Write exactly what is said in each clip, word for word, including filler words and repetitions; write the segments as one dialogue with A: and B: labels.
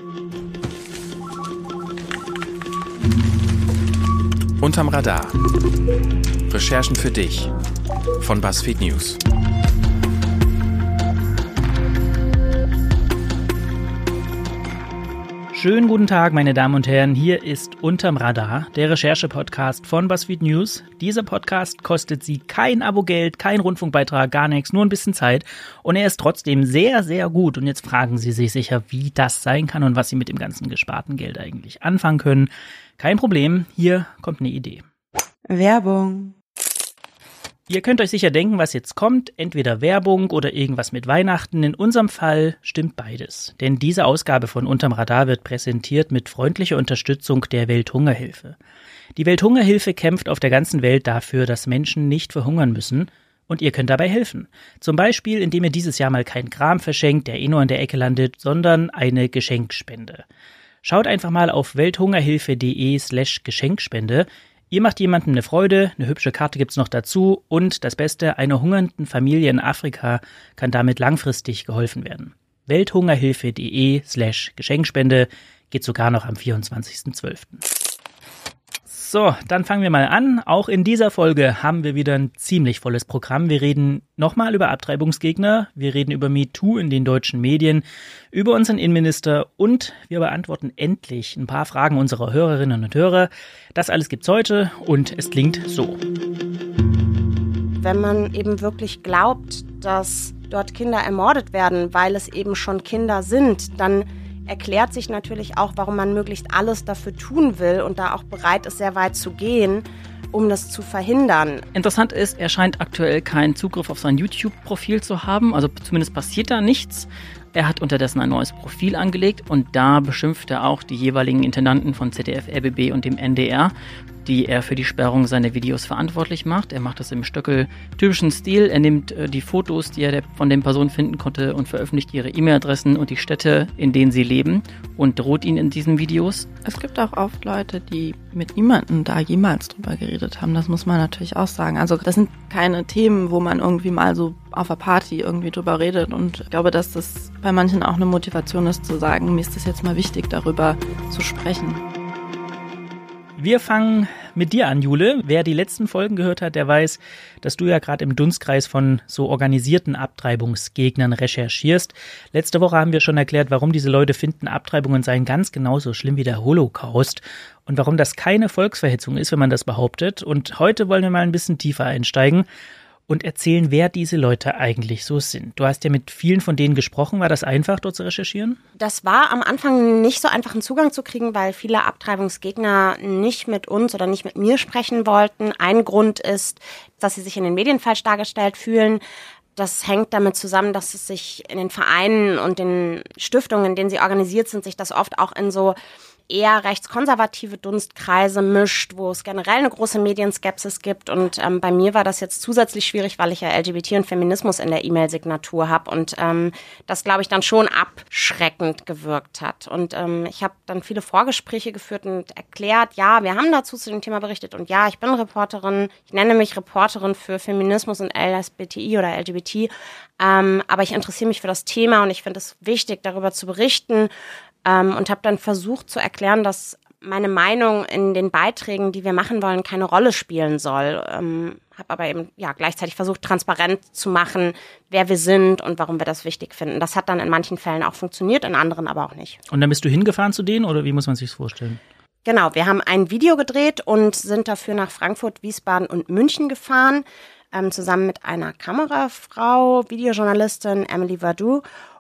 A: Unterm Radar. Recherchen für dich von BuzzFeed News.
B: Schönen guten Tag, meine Damen und Herren. Hier ist Unterm Radar, der Recherche-Podcast von BuzzFeed News. Dieser Podcast kostet Sie kein Abogeld, kein Rundfunkbeitrag, gar nichts, nur ein bisschen Zeit. Und er ist trotzdem sehr, sehr gut. Und jetzt fragen Sie sich sicher, wie das sein kann und was Sie mit dem ganzen gesparten Geld eigentlich anfangen können. Kein Problem, hier kommt eine Idee.
C: Werbung.
B: Ihr könnt euch sicher denken, was jetzt kommt, entweder Werbung oder irgendwas mit Weihnachten. In unserem Fall stimmt beides. Denn diese Ausgabe von Unterm Radar wird präsentiert mit freundlicher Unterstützung der Welthungerhilfe. Die Welthungerhilfe kämpft auf der ganzen Welt dafür, dass Menschen nicht verhungern müssen. Und ihr könnt dabei helfen. Zum Beispiel, indem ihr dieses Jahr mal keinen Kram verschenkt, der eh nur in der Ecke landet, sondern eine Geschenkspende. Schaut einfach mal auf welthungerhilfe.de slash Geschenkspende. Ihr macht jemandem eine Freude, eine hübsche Karte gibt's noch dazu und das Beste, einer hungernden Familie in Afrika kann damit langfristig geholfen werden. welthungerhilfe.de slash Geschenkspende geht sogar noch am vierundzwanzigsten zwölften So, dann fangen wir mal an. Auch in dieser Folge haben wir wieder ein ziemlich volles Programm. Wir reden nochmal über Abtreibungsgegner, wir reden über MeToo in den deutschen Medien, über unseren Innenminister und wir beantworten endlich ein paar Fragen unserer Hörerinnen und Hörer. Das alles gibt's heute und es klingt so.
C: Wenn man eben wirklich glaubt, dass dort Kinder ermordet werden, weil es eben schon Kinder sind, dann erklärt sich natürlich auch, warum man möglichst alles dafür tun will und da auch bereit ist, sehr weit zu gehen, um das zu verhindern.
D: Interessant ist, er scheint aktuell keinen Zugriff auf sein YouTube-Profil zu haben, also zumindest passiert da nichts. Er hat unterdessen ein neues Profil angelegt und da beschimpft er auch die jeweiligen Intendanten von Z D F, R B B und dem N D R, die er für die Sperrung seiner Videos verantwortlich macht. Er macht das im Stöckel-typischen Stil. Er nimmt äh, die Fotos, die er von den Personen finden konnte und veröffentlicht ihre E-Mail-Adressen und die Städte, in denen sie leben und droht ihnen in diesen Videos.
E: Es gibt auch oft Leute, die mit niemandem da jemals drüber geredet haben. Das muss man natürlich auch sagen. Also das sind keine Themen, wo man irgendwie mal so auf einer Party irgendwie drüber redet und ich glaube, dass das bei manchen auch eine Motivation ist, zu sagen, mir ist es jetzt mal wichtig, darüber zu sprechen.
B: Wir fangen mit dir an, Jule. Wer die letzten Folgen gehört hat, der weiß, dass du ja gerade im Dunstkreis von so organisierten Abtreibungsgegnern recherchierst. Letzte Woche haben wir schon erklärt, warum diese Leute finden, Abtreibungen seien ganz genauso schlimm wie der Holocaust und warum das keine Volksverhetzung ist, wenn man das behauptet. Und heute wollen wir mal ein bisschen tiefer einsteigen und erzählen, wer diese Leute eigentlich so sind. Du hast ja mit vielen von denen gesprochen. War das einfach, dort zu recherchieren?
C: Das war am Anfang nicht so einfach, einen Zugang zu kriegen, weil viele Abtreibungsgegner nicht mit uns oder nicht mit mir sprechen wollten. Ein Grund ist, dass sie sich in den Medien falsch dargestellt fühlen. Das hängt damit zusammen, dass es sich in den Vereinen und den Stiftungen, in denen sie organisiert sind, sich das oft auch in so eher rechtskonservative Dunstkreise mischt, wo es generell eine große Medienskepsis gibt. Und ähm, bei mir war das jetzt zusätzlich schwierig, weil ich ja L G B T und Feminismus in der E-Mail-Signatur habe und ähm, das, glaube ich, dann schon abschreckend gewirkt hat. Und ähm, ich habe dann viele Vorgespräche geführt und erklärt, ja, wir haben dazu zu dem Thema berichtet und ja, ich bin Reporterin, ich nenne mich Reporterin für Feminismus und L S B T I oder L G B T, ähm, aber ich interessiere mich für das Thema und ich finde es wichtig, darüber zu berichten. Ähm, und habe dann versucht zu erklären, dass meine Meinung in den Beiträgen, die wir machen wollen, keine Rolle spielen soll. Ähm, habe aber eben ja gleichzeitig versucht, transparent zu machen, wer wir sind und warum wir das wichtig finden. Das hat dann in manchen Fällen auch funktioniert, in anderen aber auch nicht.
B: Und dann bist du hingefahren zu denen oder wie muss man sich das vorstellen?
C: Genau, wir haben ein Video gedreht und sind dafür nach Frankfurt, Wiesbaden und München gefahren, ähm, zusammen mit einer Kamerafrau, Videojournalistin Emily Verdoux.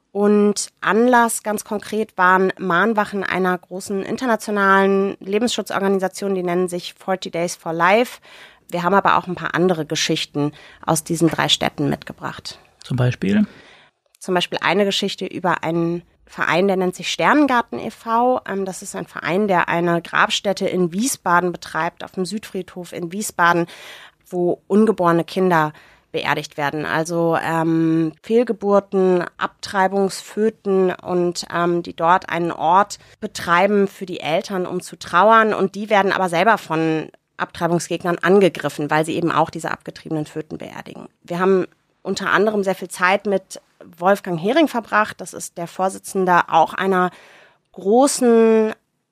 C: Und Anlass ganz konkret waren Mahnwachen einer großen internationalen Lebensschutzorganisation, die nennen sich forty Days for Life. Wir haben aber auch ein paar andere Geschichten aus diesen drei Städten mitgebracht.
B: Zum Beispiel?
C: Zum Beispiel eine Geschichte über einen Verein, der nennt sich Sternengarten e V Das ist ein Verein, der eine Grabstätte in Wiesbaden betreibt, auf dem Südfriedhof in Wiesbaden, wo ungeborene Kinder beerdigt werden. Also ähm, Fehlgeburten, Abtreibungsföten und ähm, die dort einen Ort betreiben für die Eltern, um zu trauern. Und die werden aber selber von Abtreibungsgegnern angegriffen, weil sie eben auch diese abgetriebenen Föten beerdigen. Wir haben unter anderem sehr viel Zeit mit Wolfgang Hering verbracht. Das ist der Vorsitzende auch einer großen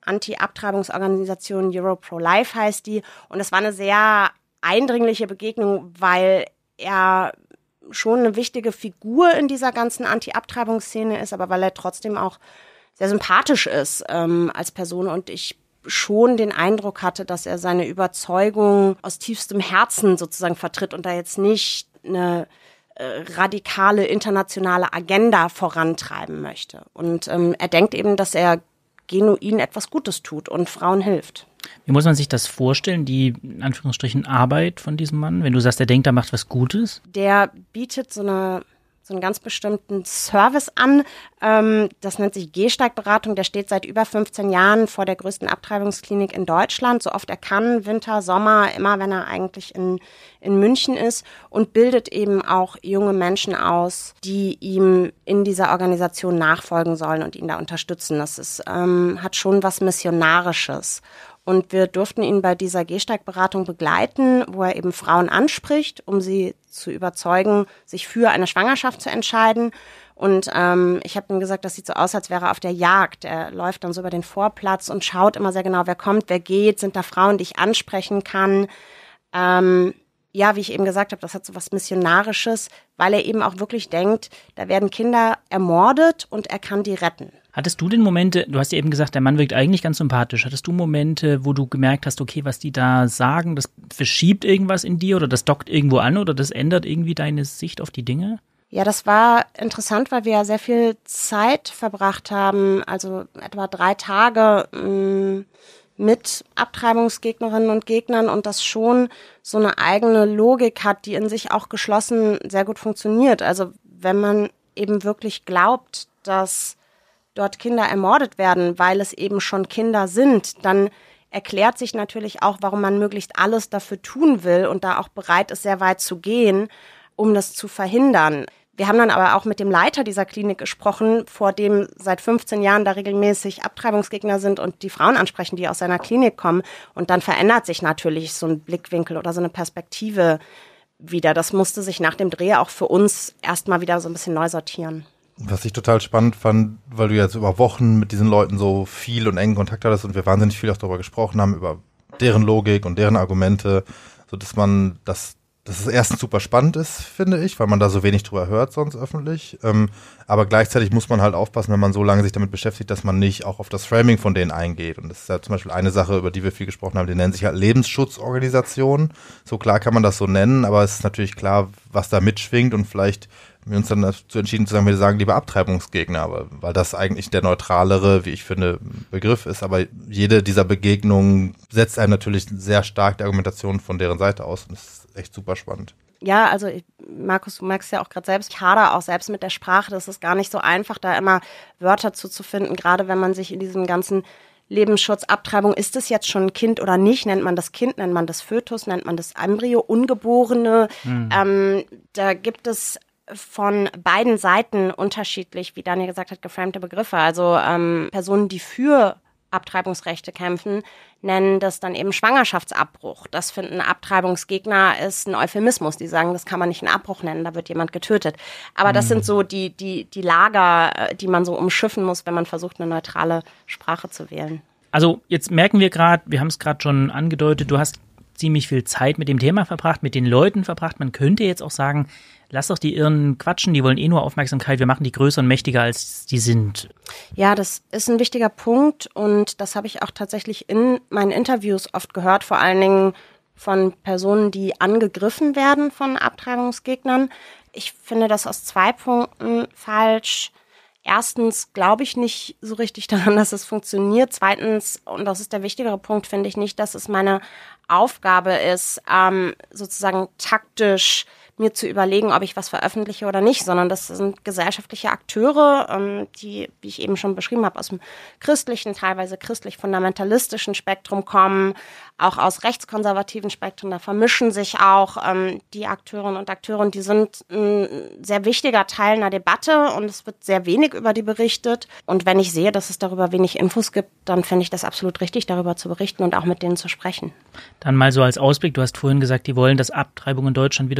C: Anti-Abtreibungsorganisation Euro Pro-Life heißt die. Und es war eine sehr eindringliche Begegnung, weil er schon eine wichtige Figur in dieser ganzen Anti-Abtreibungsszene ist, aber weil er trotzdem auch sehr sympathisch ist ähm, als Person und ich schon den Eindruck hatte, dass er seine Überzeugung aus tiefstem Herzen sozusagen vertritt und da jetzt nicht eine äh, radikale internationale Agenda vorantreiben möchte. Und ähm, er denkt eben, dass er genuin etwas Gutes tut und Frauen hilft.
B: Wie muss man sich das vorstellen, die in Anführungsstrichen Arbeit von diesem Mann? Wenn du sagst, der denkt, er macht was Gutes?
C: Der bietet so eine so einen ganz bestimmten Service an. Ähm, das nennt sich Gehsteigberatung. Der steht seit über fünfzehn Jahren vor der größten Abtreibungsklinik in Deutschland, so oft er kann, Winter, Sommer, immer wenn er eigentlich in, in München ist und bildet eben auch junge Menschen aus, die ihm in dieser Organisation nachfolgen sollen und ihn da unterstützen. Das ist, ähm, hat schon was Missionarisches. Und wir durften ihn bei dieser Gehsteigberatung begleiten, wo er eben Frauen anspricht, um sie zu überzeugen, sich für eine Schwangerschaft zu entscheiden. Und ähm, ich habe ihm gesagt, das sieht so aus, als wäre er auf der Jagd. Er läuft dann so über den Vorplatz und schaut immer sehr genau, wer kommt, wer geht, sind da Frauen, die ich ansprechen kann. Ähm, ja, wie ich eben gesagt habe, das hat so was Missionarisches, weil er eben auch wirklich denkt, da werden Kinder ermordet und er kann die retten.
B: Hattest du denn Momente, du hast ja eben gesagt, der Mann wirkt eigentlich ganz sympathisch. Hattest du Momente, wo du gemerkt hast, okay, was die da sagen, das verschiebt irgendwas in dir oder das dockt irgendwo an oder das ändert irgendwie deine Sicht auf die Dinge?
C: Ja, das war interessant, weil wir ja sehr viel Zeit verbracht haben, also etwa drei Tage mh, mit Abtreibungsgegnerinnen und Gegnern und das schon so eine eigene Logik hat, die in sich auch geschlossen sehr gut funktioniert. Also wenn man eben wirklich glaubt, dass dort Kinder ermordet werden, weil es eben schon Kinder sind, dann erklärt sich natürlich auch, warum man möglichst alles dafür tun will und da auch bereit ist, sehr weit zu gehen, um das zu verhindern. Wir haben dann aber auch mit dem Leiter dieser Klinik gesprochen, vor dem seit fünfzehn Jahren da regelmäßig Abtreibungsgegner sind und die Frauen ansprechen, die aus seiner Klinik kommen. Und dann verändert sich natürlich so ein Blickwinkel oder so eine Perspektive wieder. Das musste sich nach dem Dreh auch für uns erstmal wieder so ein bisschen neu sortieren.
F: Was ich total spannend fand, weil du jetzt über Wochen mit diesen Leuten so viel und engen Kontakt hattest und wir wahnsinnig viel auch darüber gesprochen haben, über deren Logik und deren Argumente, so dass man das, dass es erstens super spannend ist, finde ich, weil man da so wenig drüber hört sonst öffentlich, ähm, aber gleichzeitig muss man halt aufpassen, wenn man so lange sich damit beschäftigt, dass man nicht auch auf das Framing von denen eingeht und das ist ja zum Beispiel eine Sache, über die wir viel gesprochen haben, die nennen sich halt Lebensschutzorganisationen, so klar kann man das so nennen, aber es ist natürlich klar, was da mitschwingt und vielleicht wir uns dann dazu entschieden zu sagen, wir sagen lieber Abtreibungsgegner, aber, weil das eigentlich der neutralere, wie ich finde, Begriff ist. Aber jede dieser Begegnungen setzt einem natürlich sehr stark die Argumentation von deren Seite aus und das ist echt super spannend.
C: Ja, also ich, Markus, du merkst ja auch gerade selbst, ich hader auch selbst mit der Sprache. Das ist gar nicht so einfach, da immer Wörter zuzufinden, gerade wenn man sich in diesem ganzen Lebensschutz, Abtreibung, ist es jetzt schon ein Kind oder nicht? Nennt man das Kind, nennt man das Fötus, nennt man das Embryo, Ungeborene? Mhm. Ähm, da gibt es von beiden Seiten unterschiedlich, wie Daniel gesagt hat, geframte Begriffe. Also ähm, Personen, die für Abtreibungsrechte kämpfen, nennen das dann eben Schwangerschaftsabbruch. Das finden Abtreibungsgegner ist ein Euphemismus. Die sagen, das kann man nicht einen Abbruch nennen, da wird jemand getötet. Aber das sind so die, die, die Lager, die man so umschiffen muss, wenn man versucht, eine neutrale Sprache zu wählen.
B: Also jetzt merken wir gerade, wir haben es gerade schon angedeutet, du hast ziemlich viel Zeit mit dem Thema verbracht, mit den Leuten verbracht. Man könnte jetzt auch sagen, lass doch die Irren quatschen, die wollen eh nur Aufmerksamkeit, wir machen die größer und mächtiger, als die sind.
C: Ja, das ist ein wichtiger Punkt und das habe ich auch tatsächlich in meinen Interviews oft gehört, vor allen Dingen von Personen, die angegriffen werden von Abtreibungsgegnern. Ich finde das aus zwei Punkten falsch. Erstens glaube ich nicht so richtig daran, dass es funktioniert. Zweitens, und das ist der wichtigere Punkt, finde ich nicht, dass es meine Aufgabe ist, ähm, sozusagen taktisch mir zu überlegen, ob ich was veröffentliche oder nicht, sondern das sind gesellschaftliche Akteure, ähm, die, wie ich eben schon beschrieben habe, aus dem christlichen, teilweise christlich-fundamentalistischen Spektrum kommen, auch aus rechtskonservativen Spektren, da vermischen sich auch ähm, die Akteurinnen und Akteure und die sind ein sehr wichtiger Teil einer Debatte und es wird sehr wenig über die berichtet und wenn ich sehe, dass es darüber wenig Infos gibt, dann finde ich das absolut richtig, darüber zu berichten und auch mit denen zu sprechen.
B: Dann mal so als Ausblick, du hast vorhin gesagt, die wollen, dass Abtreibung in Deutschland wieder verboten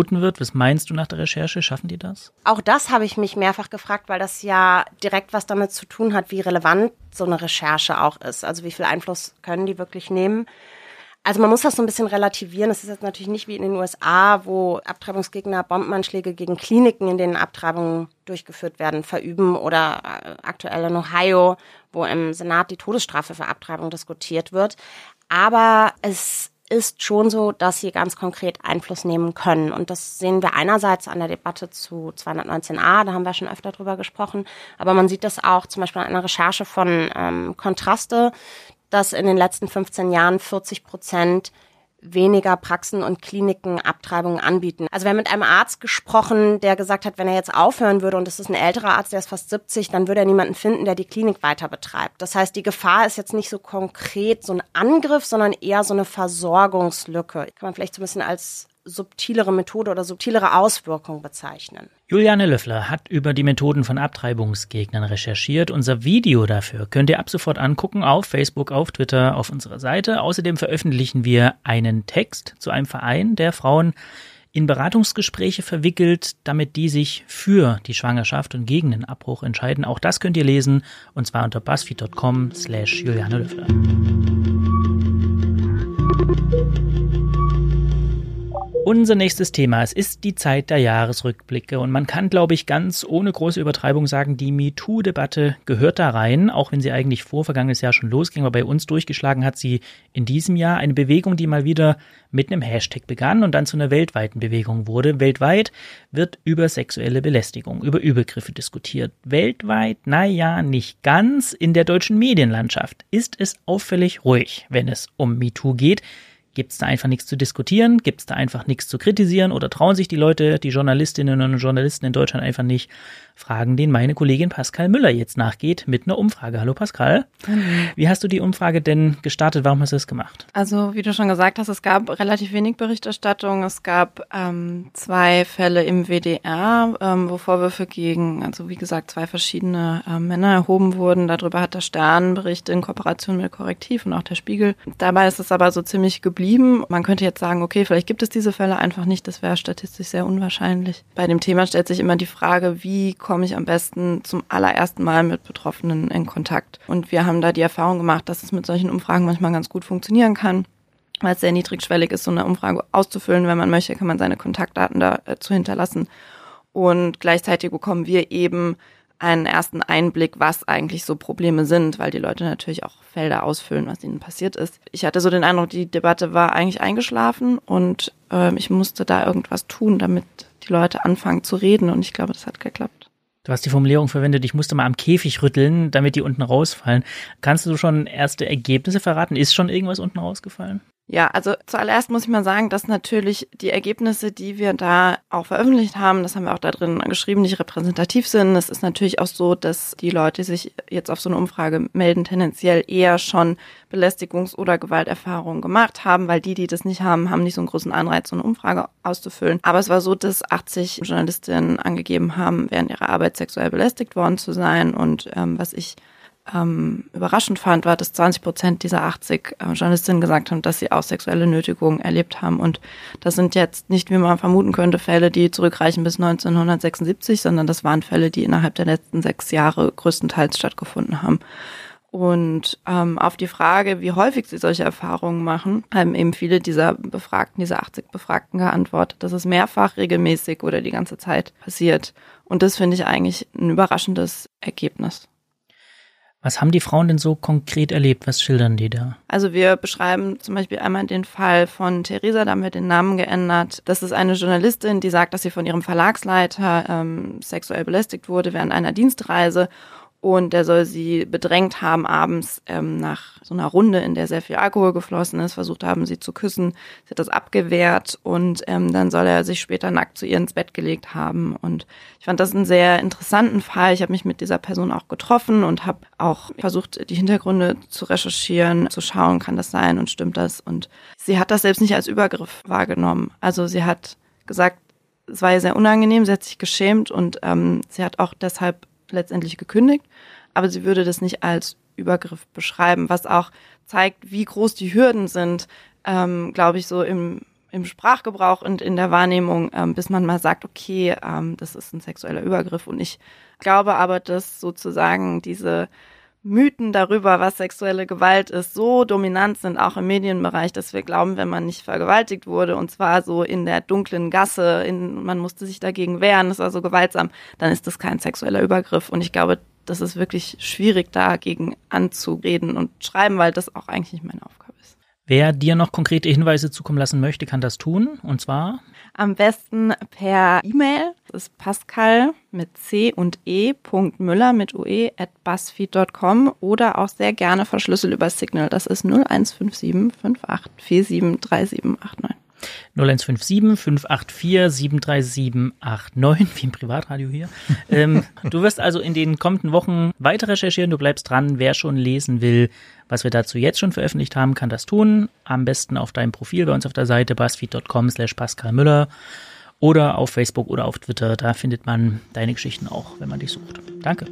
B: verboten wird. Was meinst du nach der Recherche? Schaffen die das?
C: Auch das habe ich mich mehrfach gefragt, weil das ja direkt was damit zu tun hat, wie relevant so eine Recherche auch ist. Also wie viel Einfluss können die wirklich nehmen? Also man muss das so ein bisschen relativieren. Es ist jetzt natürlich nicht wie in den U S A, wo Abtreibungsgegner Bombenanschläge gegen Kliniken, in denen Abtreibungen durchgeführt werden, verüben, oder aktuell in Ohio, wo im Senat die Todesstrafe für Abtreibung diskutiert wird. Aber es ist schon so, dass sie ganz konkret Einfluss nehmen können. Und das sehen wir einerseits an der Debatte zu zweihundertneunzehn a, da haben wir schon öfter drüber gesprochen. Aber man sieht das auch zum Beispiel an einer Recherche von ähm, Kontraste, dass in den letzten fünfzehn Jahren vierzig Prozent weniger Praxen und Kliniken Abtreibungen anbieten. Also wir haben mit einem Arzt gesprochen, der gesagt hat, wenn er jetzt aufhören würde, und es ist ein älterer Arzt, der ist fast siebzig, dann würde er niemanden finden, der die Klinik weiter betreibt. Das heißt, die Gefahr ist jetzt nicht so konkret so ein Angriff, sondern eher so eine Versorgungslücke. Kann man vielleicht so ein bisschen als subtilere Methode oder subtilere Auswirkung bezeichnen.
B: Juliane Löffler hat über die Methoden von Abtreibungsgegnern recherchiert. Unser Video dafür könnt ihr ab sofort angucken auf Facebook, auf Twitter, auf unserer Seite. Außerdem veröffentlichen wir einen Text zu einem Verein, der Frauen in Beratungsgespräche verwickelt, damit die sich für die Schwangerschaft und gegen den Abbruch entscheiden. Auch das könnt ihr lesen, und zwar unter buzzfeed dot com slash Juliane Löffler. Unser nächstes Thema, es ist die Zeit der Jahresrückblicke, und man kann, glaube ich, ganz ohne große Übertreibung sagen, die MeToo-Debatte gehört da rein, auch wenn sie eigentlich vor vergangenes Jahr schon losging, aber bei uns durchgeschlagen hat sie in diesem Jahr eine Bewegung, die mal wieder mit einem Hashtag begann und dann zu einer weltweiten Bewegung wurde. Weltweit wird über sexuelle Belästigung, über Übergriffe diskutiert. Weltweit, naja, nicht ganz. In der deutschen Medienlandschaft ist es auffällig ruhig, wenn es um MeToo geht. Gibt es da einfach nichts zu diskutieren? Gibt es da einfach nichts zu kritisieren? Oder trauen sich die Leute, die Journalistinnen und Journalisten in Deutschland einfach nicht? Fragen, denen meine Kollegin Pascal Müller jetzt nachgeht mit einer Umfrage. Hallo Pascal.
E: Hallo.
B: Wie hast du die Umfrage denn gestartet? Warum hast du das gemacht?
E: Also wie du schon gesagt hast, es gab relativ wenig Berichterstattung. Es gab ähm, zwei Fälle im W D R, ähm, wo Vorwürfe gegen, also wie gesagt, zwei verschiedene äh, Männer erhoben wurden. Darüber hat der Stern berichtet in Kooperation mit Korrektiv und auch der Spiegel. Dabei ist es aber so ziemlich geblieben. Man könnte jetzt sagen, okay, vielleicht gibt es diese Fälle einfach nicht. Das wäre statistisch sehr unwahrscheinlich. Bei dem Thema stellt sich immer die Frage, wie komme ich am besten zum allerersten Mal mit Betroffenen in Kontakt. Und wir haben da die Erfahrung gemacht, dass es mit solchen Umfragen manchmal ganz gut funktionieren kann, weil es sehr niedrigschwellig ist, so eine Umfrage auszufüllen. Wenn man möchte, kann man seine Kontaktdaten dazu hinterlassen. Und gleichzeitig bekommen wir eben einen ersten Einblick, was eigentlich so Probleme sind, weil die Leute natürlich auch Felder ausfüllen, was ihnen passiert ist. Ich hatte so den Eindruck, die Debatte war eigentlich eingeschlafen, und äh, ich musste da irgendwas tun, damit die Leute anfangen zu reden, und ich glaube, das hat geklappt.
B: Du hast die Formulierung verwendet, ich musste mal am Käfig rütteln, damit die unten rausfallen. Kannst du schon erste Ergebnisse verraten? Ist schon irgendwas unten rausgefallen?
E: Ja, also zuallererst muss ich mal sagen, dass natürlich die Ergebnisse, die wir da auch veröffentlicht haben, das haben wir auch da drin geschrieben, nicht repräsentativ sind. Es ist natürlich auch so, dass die Leute, die sich jetzt auf so eine Umfrage melden, tendenziell eher schon Belästigungs- oder Gewalterfahrungen gemacht haben, weil die, die das nicht haben, haben nicht so einen großen Anreiz, so eine Umfrage auszufüllen. Aber es war so, dass achtzig Journalistinnen angegeben haben, während ihrer Arbeit sexuell belästigt worden zu sein. Und ähm, was ich Ähm, überraschend fand, war, dass zwanzig Prozent dieser achtzig äh, Journalistinnen gesagt haben, dass sie auch sexuelle Nötigung erlebt haben. Und das sind jetzt nicht, wie man vermuten könnte, Fälle, die zurückreichen bis neunzehnhundertsechsundsiebzig, sondern das waren Fälle, die innerhalb der letzten sechs Jahre größtenteils stattgefunden haben. Und ähm, auf die Frage, wie häufig sie solche Erfahrungen machen, haben eben viele dieser Befragten, dieser achtzig Befragten geantwortet, dass es mehrfach, regelmäßig oder die ganze Zeit passiert. Und das finde ich eigentlich ein überraschendes Ergebnis.
B: Was haben die Frauen denn so konkret erlebt? Was schildern die da?
E: Also wir beschreiben zum Beispiel einmal den Fall von Theresa, da haben wir den Namen geändert. Das ist eine Journalistin, die sagt, dass sie von ihrem Verlagsleiter ähm, sexuell belästigt wurde während einer Dienstreise. Und der soll sie bedrängt haben abends ähm, nach so einer Runde, in der sehr viel Alkohol geflossen ist, versucht haben, sie zu küssen. Sie hat das abgewehrt, und ähm, dann soll er sich später nackt zu ihr ins Bett gelegt haben. Und ich fand das einen sehr interessanten Fall. Ich habe mich mit dieser Person auch getroffen und habe auch versucht, die Hintergründe zu recherchieren, zu schauen, kann das sein und stimmt das. Und sie hat das selbst nicht als Übergriff wahrgenommen. Also sie hat gesagt, es war ihr sehr unangenehm, sie hat sich geschämt, und ähm, sie hat auch deshalb letztendlich gekündigt, aber sie würde das nicht als Übergriff beschreiben, was auch zeigt, wie groß die Hürden sind, ähm, glaube ich, so im im Sprachgebrauch und in der Wahrnehmung, ähm, bis man mal sagt, okay, ähm, das ist ein sexueller Übergriff. Und ich glaube aber, dass sozusagen diese Mythen darüber, was sexuelle Gewalt ist, so dominant sind, auch im Medienbereich, dass wir glauben, wenn man nicht vergewaltigt wurde, und zwar so in der dunklen Gasse, in, man musste sich dagegen wehren, das war so gewaltsam, dann ist das kein sexueller Übergriff. Und ich glaube, das ist wirklich schwierig, dagegen anzureden und schreiben, weil das auch eigentlich nicht meine Aufgabe ist.
B: Wer dir noch konkrete Hinweise zukommen lassen möchte, kann das tun. Und zwar?
E: Am besten per E-Mail. Das ist Pascal mit C und E. Müller mit U E at buzzfeed Punkt com oder auch sehr gerne verschlüsselt über Signal. Das ist null eins fünf sieben fünf acht vier sieben drei sieben acht neun.
B: null eins fünf sieben fünf acht vier sieben drei sieben acht neun, wie im Privatradio hier. ähm, du wirst also in den kommenden Wochen weiter recherchieren, du bleibst dran. Wer schon lesen will, was wir dazu jetzt schon veröffentlicht haben, kann das tun. Am besten auf deinem Profil bei uns auf der Seite buzzfeed Punkt com slash Pascal Müller oder auf Facebook oder auf Twitter. Da findet man deine Geschichten auch, wenn man dich sucht. Danke.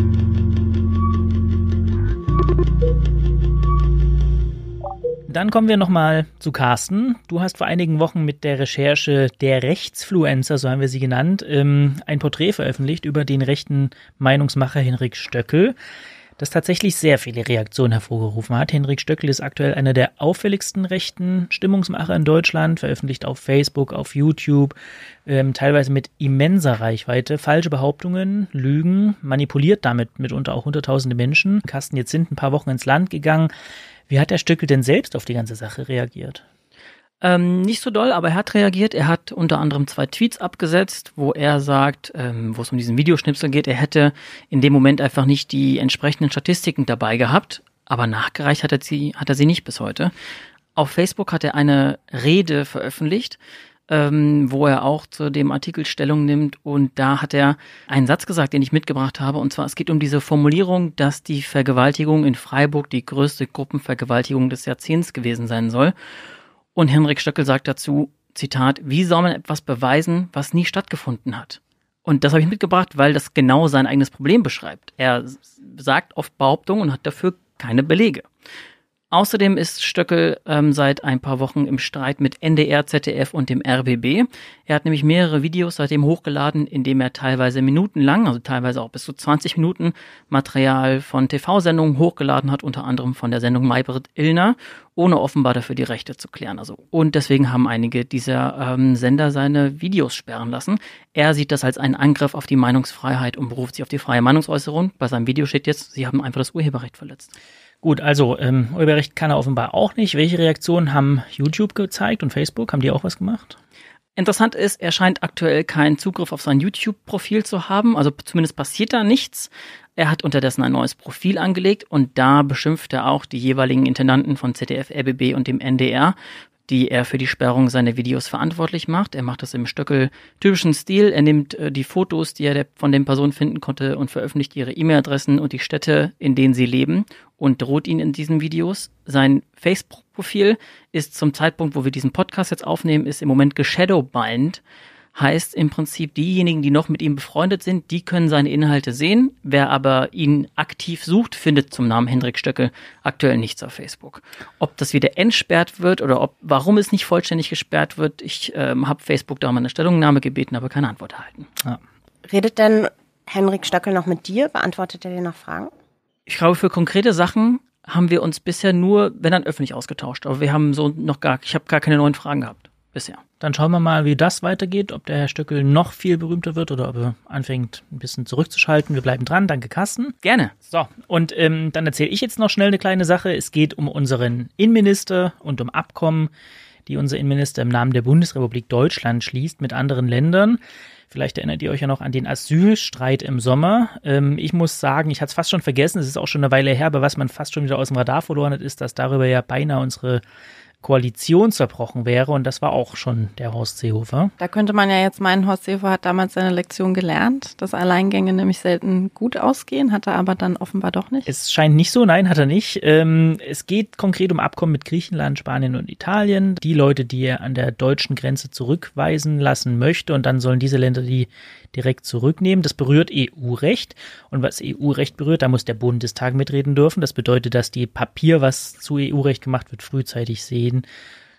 B: Dann kommen wir nochmal zu Carsten. Du hast vor einigen Wochen mit der Recherche Der Rechtsfluencer, so haben wir sie genannt, ähm, ein Porträt veröffentlicht über den rechten Meinungsmacher Henrik Stöckel, das tatsächlich sehr viele Reaktionen hervorgerufen hat. Henrik Stöckel ist aktuell einer der auffälligsten rechten Stimmungsmacher in Deutschland, veröffentlicht auf Facebook, auf YouTube, ähm, teilweise mit immenser Reichweite, falsche Behauptungen, Lügen, manipuliert damit mitunter auch hunderttausende Menschen. Carsten, jetzt sind ein paar Wochen ins Land gegangen. Wie hat der Stöckel denn selbst auf die ganze Sache reagiert?
D: Ähm, nicht so doll, aber er hat reagiert. Er hat unter anderem zwei Tweets abgesetzt, wo er sagt, ähm, wo es um diesen Videoschnipsel geht, er hätte in dem Moment einfach nicht die entsprechenden Statistiken dabei gehabt, aber nachgereicht hat er sie, hat er sie nicht bis heute. Auf Facebook hat er eine Rede veröffentlicht, ähm, wo er auch zu dem Artikel Stellung nimmt, und da hat er einen Satz gesagt, den ich mitgebracht habe, und zwar, es geht um diese Formulierung, dass die Vergewaltigung in Freiburg die größte Gruppenvergewaltigung des Jahrzehnts gewesen sein soll. Und Henrik Stöckel sagt dazu, Zitat, wie soll man etwas beweisen, was nie stattgefunden hat? Und das habe ich mitgebracht, weil das genau sein eigenes Problem beschreibt. Er sagt oft Behauptungen und hat dafür keine Belege. Außerdem ist Stöckel ähm, seit ein paar Wochen im Streit mit N D R, Z D F und dem R B B. Er hat nämlich mehrere Videos seitdem hochgeladen, in dem er teilweise minutenlang, also teilweise auch bis zu zwanzig Minuten Material von T V-Sendungen hochgeladen hat, unter anderem von der Sendung Maybrit Illner, ohne offenbar dafür die Rechte zu klären. Also, und deswegen haben einige dieser ähm, Sender seine Videos sperren lassen. Er sieht das als einen Angriff auf die Meinungsfreiheit und beruft sich auf die freie Meinungsäußerung. Bei seinem Video steht jetzt, sie haben einfach das Urheberrecht verletzt.
B: Gut, also ähm, Urheberrecht kann er offenbar auch nicht. Welche Reaktionen haben YouTube gezeigt und Facebook? Haben die auch was gemacht?
D: Interessant ist, er scheint aktuell keinen Zugriff auf sein YouTube-Profil zu haben. Also zumindest passiert da nichts. Er hat unterdessen ein neues Profil angelegt und da beschimpft er auch die jeweiligen Intendanten von Z D F, R B B und dem N D R, die er für die Sperrung seiner Videos verantwortlich macht. Er macht das im Stöckel-typischen Stil. Er nimmt äh, die Fotos, die er von den Personen finden konnte, und veröffentlicht ihre E-Mail-Adressen und die Städte, in denen sie leben, und droht ihnen in diesen Videos. Sein Facebook-Profil ist zum Zeitpunkt, wo wir diesen Podcast jetzt aufnehmen, ist im Moment geshadowbanned. Heißt im Prinzip, diejenigen, die noch mit ihm befreundet sind, die können seine Inhalte sehen. Wer aber ihn aktiv sucht, findet zum Namen Henrik Stöckel aktuell nichts auf Facebook. Ob das wieder entsperrt wird oder ob, warum es nicht vollständig gesperrt wird, ich ähm, habe Facebook da um eine Stellungnahme gebeten, aber keine Antwort erhalten.
B: Ja.
C: Redet denn Henrik Stöckel noch mit dir? Beantwortet er dir noch Fragen?
D: Ich glaube, für konkrete Sachen haben wir uns bisher nur, wenn dann öffentlich ausgetauscht. Aber wir haben so noch gar, ich habe gar keine neuen Fragen gehabt bisher.
B: Dann schauen wir mal, wie das weitergeht, ob der Herr Stöckel noch viel berühmter wird oder ob er anfängt, ein bisschen zurückzuschalten. Wir bleiben dran. Danke, Carsten.
D: Gerne.
B: So, und ähm, dann erzähle ich jetzt noch schnell eine kleine Sache. Es geht um unseren Innenminister und um Abkommen, die unser Innenminister im Namen der Bundesrepublik Deutschland schließt mit anderen Ländern. Vielleicht erinnert ihr euch ja noch an den Asylstreit im Sommer. Ähm, ich muss sagen, ich hatte es fast schon vergessen, es ist auch schon eine Weile her, aber was man fast schon wieder aus dem Radar verloren hat, ist, dass darüber ja beinahe unsere Koalition zerbrochen wäre, und das war auch schon der Horst Seehofer.
E: Da könnte man ja jetzt meinen, Horst Seehofer hat damals seine Lektion gelernt, dass Alleingänge nämlich selten gut ausgehen, hat er aber dann offenbar doch nicht.
B: Es scheint nicht so, nein, hat er nicht. Ähm, es geht konkret um Abkommen mit Griechenland, Spanien und Italien. Die Leute, die er an der deutschen Grenze zurückweisen lassen möchte, und dann sollen diese Länder die direkt zurücknehmen. Das berührt E U-Recht, und was E U-Recht berührt, da muss der Bundestag mitreden dürfen. Das bedeutet, dass die Papier, was zu E U-Recht gemacht wird, frühzeitig sehen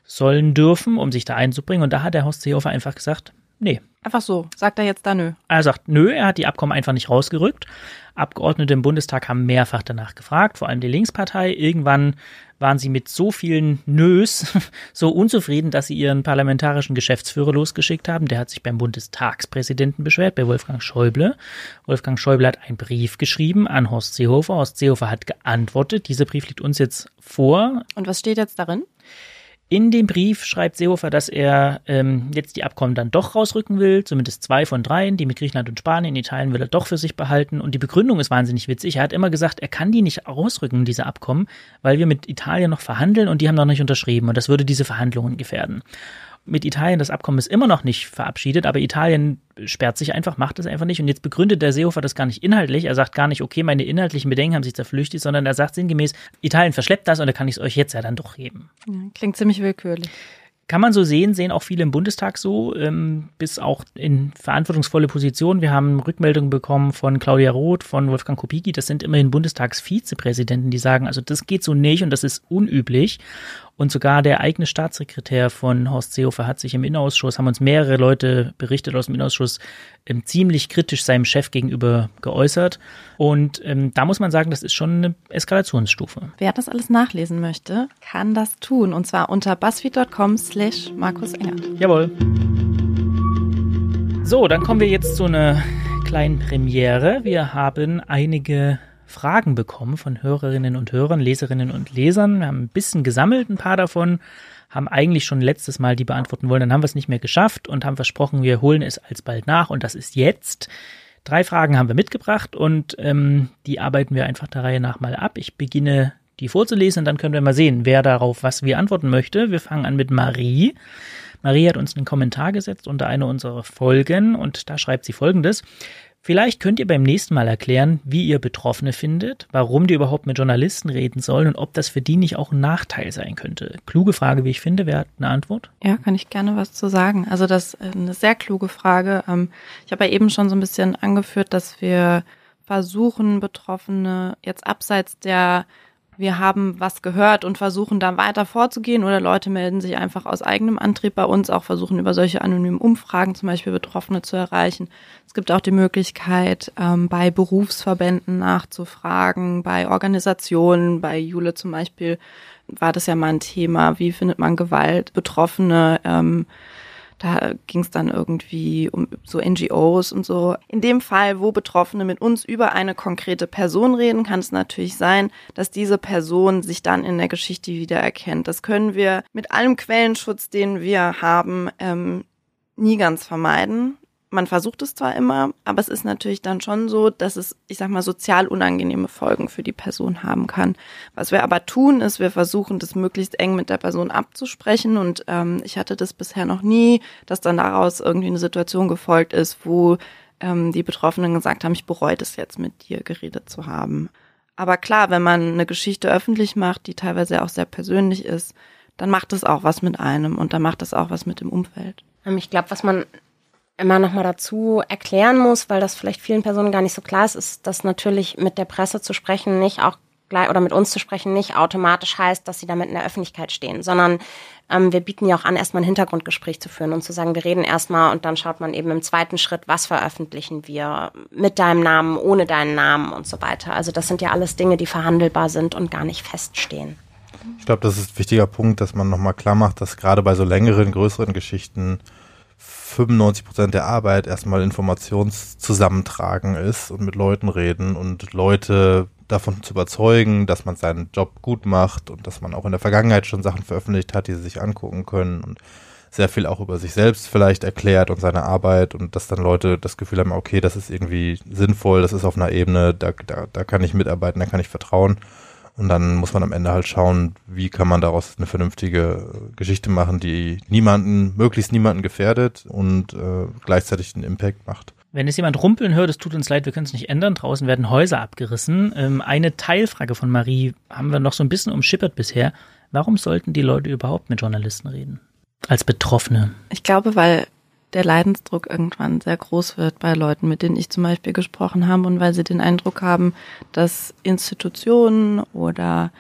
B: sollen dürfen, um sich da einzubringen. Und da hat der Horst Seehofer einfach gesagt, nee.
E: Einfach so, sagt er jetzt da nö?
B: Er sagt nö, er hat die Abkommen einfach nicht rausgerückt. Abgeordnete im Bundestag haben mehrfach danach gefragt, vor allem die Linkspartei. Irgendwann waren sie mit so vielen Nös so unzufrieden, dass sie ihren parlamentarischen Geschäftsführer losgeschickt haben. Der hat sich beim Bundestagspräsidenten beschwert, bei Wolfgang Schäuble. Wolfgang Schäuble hat einen Brief geschrieben an Horst Seehofer. Horst Seehofer hat geantwortet. Dieser Brief liegt uns jetzt vor.
E: Und was steht jetzt darin?
B: In dem Brief schreibt Seehofer, dass er ähm, jetzt die Abkommen dann doch rausrücken will, zumindest zwei von dreien, die mit Griechenland und Spanien, Italien will er doch für sich behalten. Und die Begründung ist wahnsinnig witzig. Er hat immer gesagt, er kann die nicht rausrücken, diese Abkommen, weil wir mit Italien noch verhandeln und die haben noch nicht unterschrieben und das würde diese Verhandlungen gefährden. Mit Italien, das Abkommen ist immer noch nicht verabschiedet, aber Italien sperrt sich einfach, macht es einfach nicht. Und jetzt begründet der Seehofer das gar nicht inhaltlich. Er sagt gar nicht, okay, meine inhaltlichen Bedenken haben sich zerflüchtigt, sondern er sagt sinngemäß, Italien verschleppt das und da kann ich es euch jetzt ja dann doch geben.
E: Ja, klingt ziemlich willkürlich.
B: Kann man so sehen, sehen auch viele im Bundestag so, ähm, bis auch in verantwortungsvolle Positionen. Wir haben Rückmeldungen bekommen von Claudia Roth, von Wolfgang Kubicki. Das sind immerhin Bundestagsvizepräsidenten, die sagen, also das geht so nicht und das ist unüblich. Und sogar der eigene Staatssekretär von Horst Seehofer hat sich im Innenausschuss, haben uns mehrere Leute berichtet aus dem Innenausschuss, ähm, ziemlich kritisch seinem Chef gegenüber geäußert. Und ähm, da muss man sagen, das ist schon eine Eskalationsstufe.
E: Wer das alles nachlesen möchte, kann das tun. Und zwar unter buzzfeed.com slash Markus Enger.
B: Jawohl. So, dann kommen wir jetzt zu einer kleinen Premiere. Wir haben einige Fragen bekommen von Hörerinnen und Hörern, Leserinnen und Lesern. Wir haben ein bisschen gesammelt, ein paar davon, haben eigentlich schon letztes Mal die beantworten wollen, dann haben wir es nicht mehr geschafft und haben versprochen, wir holen es alsbald nach und das ist jetzt. Drei Fragen haben wir mitgebracht und ähm, die arbeiten wir einfach der Reihe nach mal ab. Ich beginne die vorzulesen und dann können wir mal sehen, wer darauf was wir antworten möchte. Wir fangen an mit Marie. Marie hat uns einen Kommentar gesetzt unter einer unserer Folgen und da schreibt sie Folgendes. Vielleicht könnt ihr beim nächsten Mal erklären, wie ihr Betroffene findet, warum die überhaupt mit Journalisten reden sollen und ob das für die nicht auch ein Nachteil sein könnte. Kluge Frage, wie ich finde. Wer hat eine Antwort?
E: Ja, kann ich gerne was zu sagen. Also das ist eine sehr kluge Frage. Ich habe ja eben schon so ein bisschen angeführt, dass wir versuchen, Betroffene jetzt abseits der wir haben was gehört und versuchen da weiter vorzugehen oder Leute melden sich einfach aus eigenem Antrieb bei uns, auch versuchen über solche anonymen Umfragen zum Beispiel Betroffene zu erreichen. Es gibt auch die Möglichkeit, ähm, bei Berufsverbänden nachzufragen, bei Organisationen, bei Jule zum Beispiel war das ja mal ein Thema, wie findet man Gewalt, Betroffene, ähm, da ging es dann irgendwie um so N G Os und so. In dem Fall, wo Betroffene mit uns über eine konkrete Person reden, kann es natürlich sein, dass diese Person sich dann in der Geschichte wiedererkennt. Das können wir mit allem Quellenschutz, den wir haben, ähm, nie ganz vermeiden. Man versucht es zwar immer, aber es ist natürlich dann schon so, dass es, ich sag mal, sozial unangenehme Folgen für die Person haben kann. Was wir aber tun, ist, wir versuchen, das möglichst eng mit der Person abzusprechen und ähm, ich hatte das bisher noch nie, dass dann daraus irgendwie eine Situation gefolgt ist, wo ähm, die Betroffenen gesagt haben, ich bereue das jetzt, mit dir geredet zu haben. Aber klar, wenn man eine Geschichte öffentlich macht, die teilweise auch sehr persönlich ist, dann macht es auch was mit einem und dann macht es auch was mit dem Umfeld.
C: Ich glaube, was man immer noch mal dazu erklären muss, weil das vielleicht vielen Personen gar nicht so klar ist, ist, dass natürlich mit der Presse zu sprechen nicht auch gleich oder mit uns zu sprechen nicht automatisch heißt, dass sie damit in der Öffentlichkeit stehen, sondern ähm, wir bieten ja auch an, erstmal ein Hintergrundgespräch zu führen und zu sagen, wir reden erstmal und dann schaut man eben im zweiten Schritt, was veröffentlichen wir mit deinem Namen, ohne deinen Namen und so weiter. Also das sind ja alles Dinge, die verhandelbar sind und gar nicht feststehen.
F: Ich glaube, das ist ein wichtiger Punkt, dass man nochmal klar macht, dass gerade bei so längeren, größeren Geschichten fünfundneunzig Prozent der Arbeit erstmal Informationszusammentragen ist und mit Leuten reden und Leute davon zu überzeugen, dass man seinen Job gut macht und dass man auch in der Vergangenheit schon Sachen veröffentlicht hat, die sie sich angucken können und sehr viel auch über sich selbst vielleicht erklärt und seine Arbeit und dass dann Leute das Gefühl haben, okay, das ist irgendwie sinnvoll, das ist auf einer Ebene, da, da, da kann ich mitarbeiten, da kann ich vertrauen. Und dann muss man am Ende halt schauen, wie kann man daraus eine vernünftige Geschichte machen, die niemanden, möglichst niemanden gefährdet und äh, gleichzeitig einen Impact macht.
B: Wenn es jemand rumpeln hört, es tut uns leid, wir können es nicht ändern. Draußen werden Häuser abgerissen. Ähm, eine Teilfrage von Marie haben wir noch so ein bisschen umschippert bisher. Warum sollten die Leute überhaupt mit Journalisten reden? Als Betroffene?
E: Ich glaube, weil der Leidensdruck irgendwann sehr groß wird bei Leuten, mit denen ich zum Beispiel gesprochen habe und weil sie den Eindruck haben, dass Institutionen oder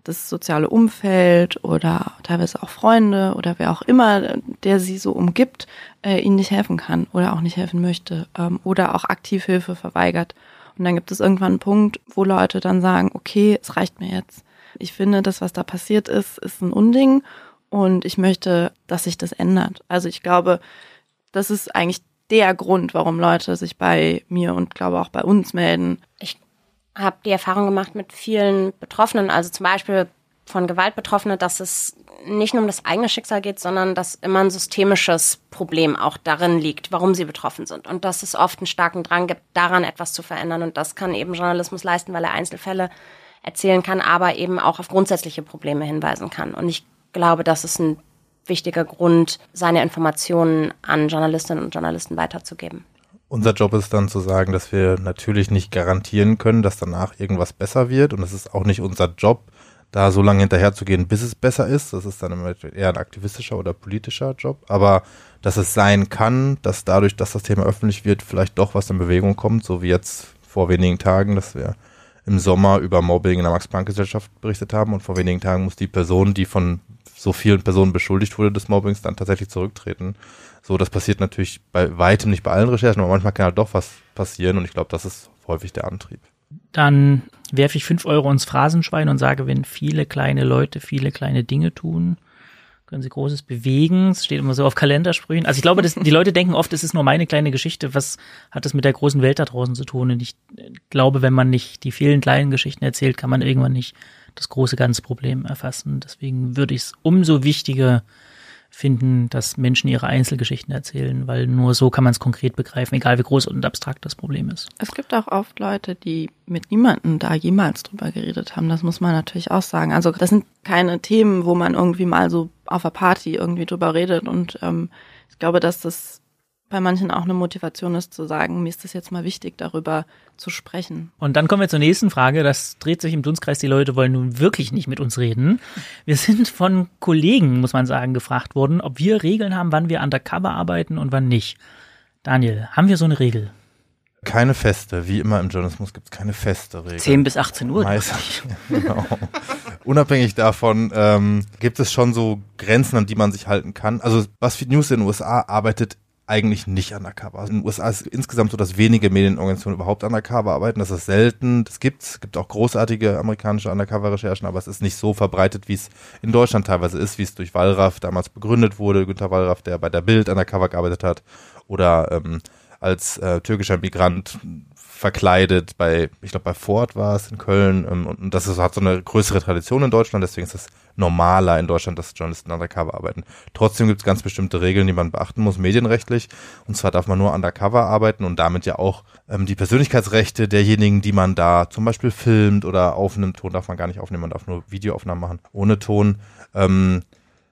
E: das soziale Umfeld oder teilweise auch Freunde oder wer auch immer, der sie so umgibt, äh, ihnen nicht helfen kann oder auch nicht helfen möchte ähm, oder auch aktiv Hilfe verweigert. Und dann gibt es irgendwann einen Punkt, wo Leute dann sagen, okay, es reicht mir jetzt. Ich finde, das, was da passiert ist, ist ein Unding und ich möchte, dass sich das ändert. Also ich glaube, das ist eigentlich der Grund, warum Leute sich bei mir und glaube auch bei uns melden.
C: Ich habe die Erfahrung gemacht mit vielen Betroffenen, also zum Beispiel von Gewalt Betroffene, dass es nicht nur um das eigene Schicksal geht, sondern dass immer ein systemisches Problem auch darin liegt, warum sie betroffen sind. Und dass es oft einen starken Drang gibt, daran etwas zu verändern. Und das kann eben Journalismus leisten, weil er Einzelfälle erzählen kann, aber eben auch auf grundsätzliche Probleme hinweisen kann. Und ich glaube, das ist ein wichtiger Grund, seine Informationen an Journalistinnen und Journalisten weiterzugeben.
F: Unser Job ist dann zu sagen, dass wir natürlich nicht garantieren können, dass danach irgendwas besser wird. Und es ist auch nicht unser Job, da so lange hinterherzugehen, bis es besser ist. Das ist dann eher ein aktivistischer oder politischer Job. Aber dass es sein kann, dass dadurch, dass das Thema öffentlich wird, vielleicht doch was in Bewegung kommt, so wie jetzt vor wenigen Tagen, dass wir im Sommer über Mobbing in der Max-Planck-Gesellschaft berichtet haben. Und vor wenigen Tagen muss die Person, die von so vielen Personen beschuldigt wurde des Mobbings, dann tatsächlich zurücktreten. So, das passiert natürlich bei weitem nicht bei allen Recherchen, aber manchmal kann halt doch was passieren und ich glaube, das ist häufig der Antrieb.
B: Dann werfe ich fünf Euro ins Phrasenschwein und sage, wenn viele kleine Leute viele kleine Dinge tun, können sie Großes bewegen. Es steht immer so auf Kalendersprüchen. Also ich glaube, das, die Leute denken oft, es ist nur meine kleine Geschichte. Was hat das mit der großen Welt da draußen zu tun? Und ich glaube, wenn man nicht die vielen kleinen Geschichten erzählt, kann man irgendwann nicht das große ganze Problem erfassen. Deswegen würde ich es umso wichtiger finden, dass Menschen ihre Einzelgeschichten erzählen, weil nur so kann man es konkret begreifen, egal wie groß und abstrakt das Problem ist.
E: Es gibt auch oft Leute, die mit niemandem da jemals drüber geredet haben. Das muss man natürlich auch sagen. Also das sind keine Themen, wo man irgendwie mal so auf einer Party irgendwie drüber redet. Und ähm, ich glaube, dass das bei manchen auch eine Motivation ist, zu sagen, mir ist das jetzt mal wichtig, darüber zu sprechen.
B: Und dann kommen wir zur nächsten Frage. Das dreht sich im Dunstkreis. Die Leute wollen nun wirklich nicht mit uns reden. Wir sind von Kollegen, muss man sagen, gefragt worden, ob wir Regeln haben, wann wir undercover arbeiten und wann nicht. Daniel, haben wir so eine Regel?
F: Keine feste. Wie immer im Journalismus gibt es keine feste Regel.
D: zehn bis achtzehn Uhr.
F: Meistens, genau. Unabhängig davon ähm, gibt es schon so Grenzen, an die man sich halten kann. Also BuzzFeed News in den U S A arbeitet eigentlich nicht undercover. Also in den U S A ist es insgesamt so, dass wenige Medienorganisationen überhaupt undercover arbeiten. Das ist selten. Das gibt's. Es gibt auch großartige amerikanische Undercover-Recherchen, aber es ist nicht so verbreitet, wie es in Deutschland teilweise ist, wie es durch Wallraff damals begründet wurde. Günter Wallraff, der bei der Bild undercover gearbeitet hat oder ähm, als äh, türkischer Migrant verkleidet bei, ich glaube bei Ford war es in Köln ähm, und das ist, hat so eine größere Tradition in Deutschland, deswegen ist es normaler in Deutschland, dass Journalisten undercover arbeiten. Trotzdem gibt es ganz bestimmte Regeln, die man beachten muss, medienrechtlich, und zwar darf man nur undercover arbeiten und damit ja auch ähm, die Persönlichkeitsrechte derjenigen, die man da zum Beispiel filmt oder aufnimmt, Ton darf man gar nicht aufnehmen, man darf nur Videoaufnahmen machen, ohne Ton, ähm,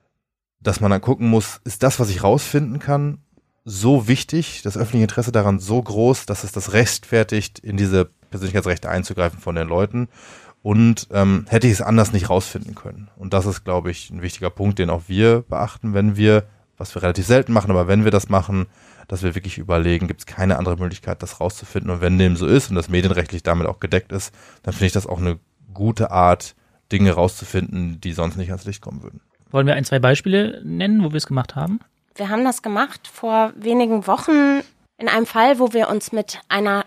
F: dass man dann gucken muss, ist das, was ich rausfinden kann, so wichtig, das öffentliche Interesse daran so groß, dass es das rechtfertigt, in diese Persönlichkeitsrechte einzugreifen von den Leuten. Und ähm, hätte ich es anders nicht rausfinden können. Und das ist, glaube ich, ein wichtiger Punkt, den auch wir beachten, wenn wir, was wir relativ selten machen, aber wenn wir das machen, dass wir wirklich überlegen, gibt es keine andere Möglichkeit, das rauszufinden. Und wenn dem so ist und das medienrechtlich damit auch gedeckt ist, dann finde ich das auch eine gute Art, Dinge rauszufinden, die sonst nicht ans Licht kommen würden.
B: Wollen wir ein, zwei Beispiele nennen, wo wir es gemacht haben?
C: Wir haben das gemacht vor wenigen Wochen in einem Fall, wo wir uns mit einer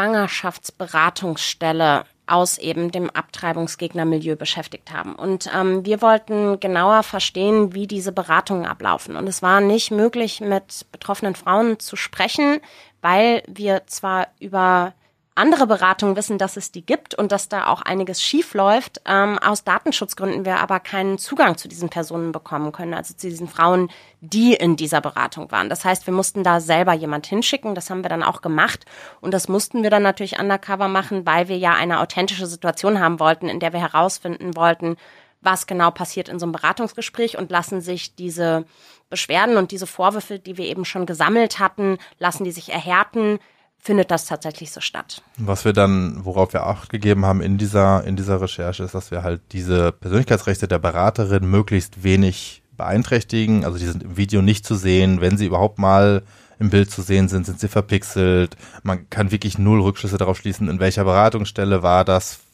C: Schwangerschaftsberatungsstelle aus eben dem Abtreibungsgegnermilieu beschäftigt haben. Und ähm, wir wollten genauer verstehen, wie diese Beratungen ablaufen. Und es war nicht möglich, mit betroffenen Frauen zu sprechen, weil wir zwar über andere Beratungen wissen, dass es die gibt und dass da auch einiges schief läuft. Ähm, aus Datenschutzgründen wir aber keinen Zugang zu diesen Personen bekommen können, also zu diesen Frauen, die in dieser Beratung waren. Das heißt, wir mussten da selber jemand hinschicken. Das haben wir dann auch gemacht. Und das mussten wir dann natürlich undercover machen, weil wir ja eine authentische Situation haben wollten, in der wir herausfinden wollten, was genau passiert in so einem Beratungsgespräch und lassen sich diese Beschwerden und diese Vorwürfe, die wir eben schon gesammelt hatten, lassen die sich erhärten. Findet das tatsächlich so statt.
F: Was wir dann, worauf wir Acht gegeben haben in dieser, in dieser Recherche, ist, dass wir halt diese Persönlichkeitsrechte der Beraterin möglichst wenig beeinträchtigen. Also die sind im Video nicht zu sehen. Wenn sie überhaupt mal im Bild zu sehen sind, sind sie verpixelt. Man kann wirklich null Rückschlüsse darauf schließen, in welcher Beratungsstelle war das,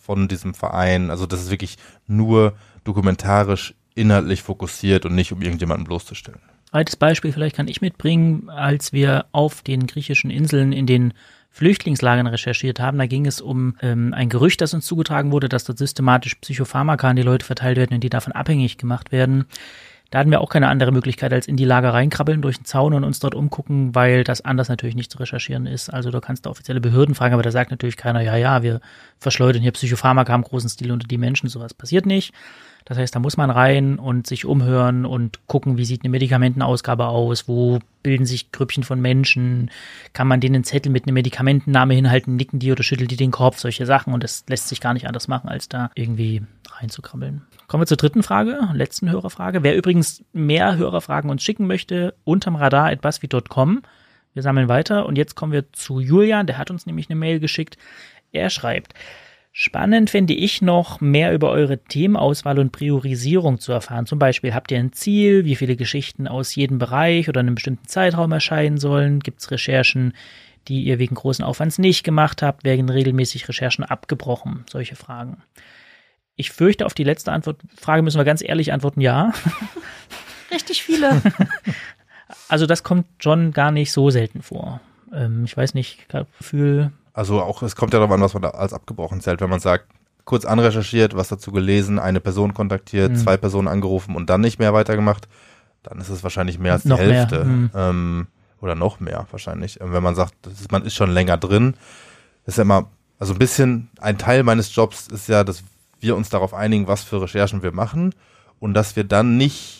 F: von diesem Verein. Also das ist wirklich nur dokumentarisch, inhaltlich fokussiert und nicht, um irgendjemanden bloßzustellen.
B: Zweites Beispiel vielleicht kann ich mitbringen, als wir auf den griechischen Inseln in den Flüchtlingslagern recherchiert haben. Da ging es um ähm, ein Gerücht, das uns zugetragen wurde, dass dort systematisch Psychopharmaka an die Leute verteilt werden und die davon abhängig gemacht werden. Da hatten wir auch keine andere Möglichkeit, als in die Lager reinkrabbeln durch den Zaun und uns dort umgucken, weil das anders natürlich nicht zu recherchieren ist. Also da kannst du offizielle Behörden fragen, aber da sagt natürlich keiner, ja, ja, wir verschleudern hier Psychopharmaka im großen Stil unter die Menschen. Sowas passiert nicht. Das heißt, da muss man rein und sich umhören und gucken, wie sieht eine Medikamentenausgabe aus, wo bilden sich Grüppchen von Menschen, kann man denen einen Zettel mit einem Medikamentenname hinhalten, nicken die oder schüttelt die den Kopf, solche Sachen. Und das lässt sich gar nicht anders machen, als da irgendwie reinzukrabbeln. Kommen wir zur dritten Frage, letzten Hörerfrage. Wer übrigens mehr Hörerfragen uns schicken möchte, unterm radar at buzzfeed punkt com. Wir sammeln weiter und jetzt kommen wir zu Julian, der hat uns nämlich eine Mail geschickt. Er schreibt: Spannend fände ich noch, mehr über eure Themenauswahl und Priorisierung zu erfahren. Zum Beispiel, habt ihr ein Ziel, wie viele Geschichten aus jedem Bereich oder einem bestimmten Zeitraum erscheinen sollen? Gibt es Recherchen, die ihr wegen großen Aufwands nicht gemacht habt? Werden regelmäßig Recherchen abgebrochen? Solche Fragen. Ich fürchte, auf die letzte Antwort, Frage müssen wir ganz ehrlich antworten, ja.
C: Richtig viele.
B: Also das kommt schon gar nicht so selten vor. Ähm, ich weiß nicht, ich habe das Gefühl...
F: Also auch, es kommt ja darauf an, was man da als abgebrochen zählt. Wenn man sagt, kurz anrecherchiert, was dazu gelesen, eine Person kontaktiert, mhm. zwei Personen angerufen und dann nicht mehr weitergemacht, dann ist es wahrscheinlich mehr als die
B: noch
F: Hälfte.
B: Mhm.
F: Ähm, oder noch mehr wahrscheinlich. Wenn man sagt, das ist, man ist schon länger drin, ist ja immer, also ein bisschen, ein Teil meines Jobs ist ja, dass wir uns darauf einigen, was für Recherchen wir machen und dass wir dann nicht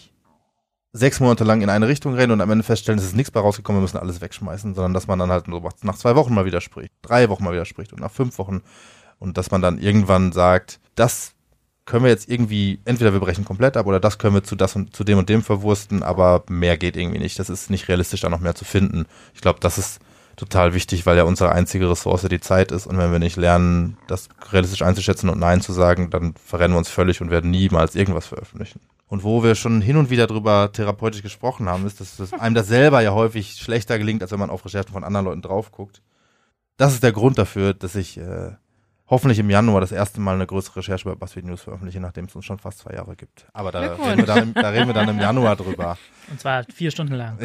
F: sechs Monate lang in eine Richtung rennen und am Ende feststellen, es ist nichts bei rausgekommen, wir müssen alles wegschmeißen, sondern dass man dann halt so nach zwei Wochen mal wieder spricht, drei Wochen mal wieder spricht und nach fünf Wochen und dass man dann irgendwann sagt, das können wir jetzt irgendwie, entweder wir brechen komplett ab oder das können wir zu das und zu dem und dem verwursten, aber mehr geht irgendwie nicht. Das ist nicht realistisch, da noch mehr zu finden. Ich glaube, das ist total wichtig, weil ja unsere einzige Ressource die Zeit ist und wenn wir nicht lernen, das realistisch einzuschätzen und Nein zu sagen, dann verrennen wir uns völlig und werden niemals irgendwas veröffentlichen. Und wo wir schon hin und wieder drüber therapeutisch gesprochen haben, ist, dass, dass einem das selber ja häufig schlechter gelingt, als wenn man auf Recherchen von anderen Leuten drauf guckt. Das ist der Grund dafür, dass ich äh, hoffentlich im Januar das erste Mal eine größere Recherche bei BuzzFeed News veröffentliche, nachdem es uns schon fast zwei Jahre gibt. Aber da reden wir dann im, da reden wir dann im Januar drüber.
B: Und zwar vier Stunden lang.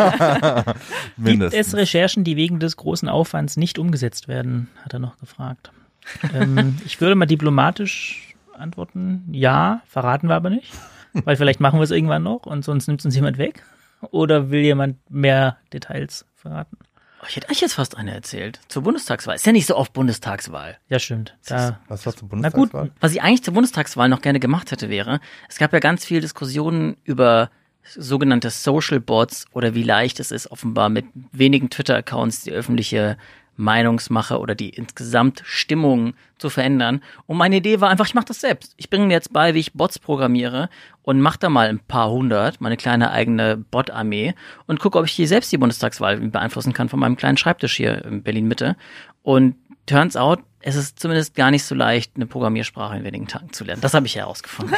F: Ja, mindestens.
B: Gibt es Recherchen, die wegen des großen Aufwands nicht umgesetzt werden, hat er noch gefragt. ähm, ich würde mal diplomatisch antworten, ja, verraten wir aber nicht. Weil vielleicht machen wir es irgendwann noch und sonst nimmt uns jemand weg. Oder will jemand mehr Details verraten?
D: Oh, ich hätte euch jetzt fast eine erzählt. Zur Bundestagswahl. Ist ja nicht so oft Bundestagswahl.
B: Ja, stimmt. Da,
F: Was war zur
B: na gut,
F: Bundestagswahl?
D: Was ich eigentlich zur Bundestagswahl noch gerne gemacht hätte, wäre, es gab ja ganz viel Diskussionen über sogenannte Social Bots oder wie leicht es ist, offenbar mit wenigen Twitter-Accounts die öffentliche Meinungsmache oder die insgesamt Stimmung zu verändern. Und meine Idee war einfach, ich mache das selbst. Ich bringe mir jetzt bei, wie ich Bots programmiere und mache da mal ein paar hundert, meine kleine eigene Bot-Armee und gucke, ob ich hier selbst die Bundestagswahl beeinflussen kann von meinem kleinen Schreibtisch hier in Berlin-Mitte. Und turns out, es ist zumindest gar nicht so leicht, eine Programmiersprache in wenigen Tagen zu lernen. Das habe ich herausgefunden.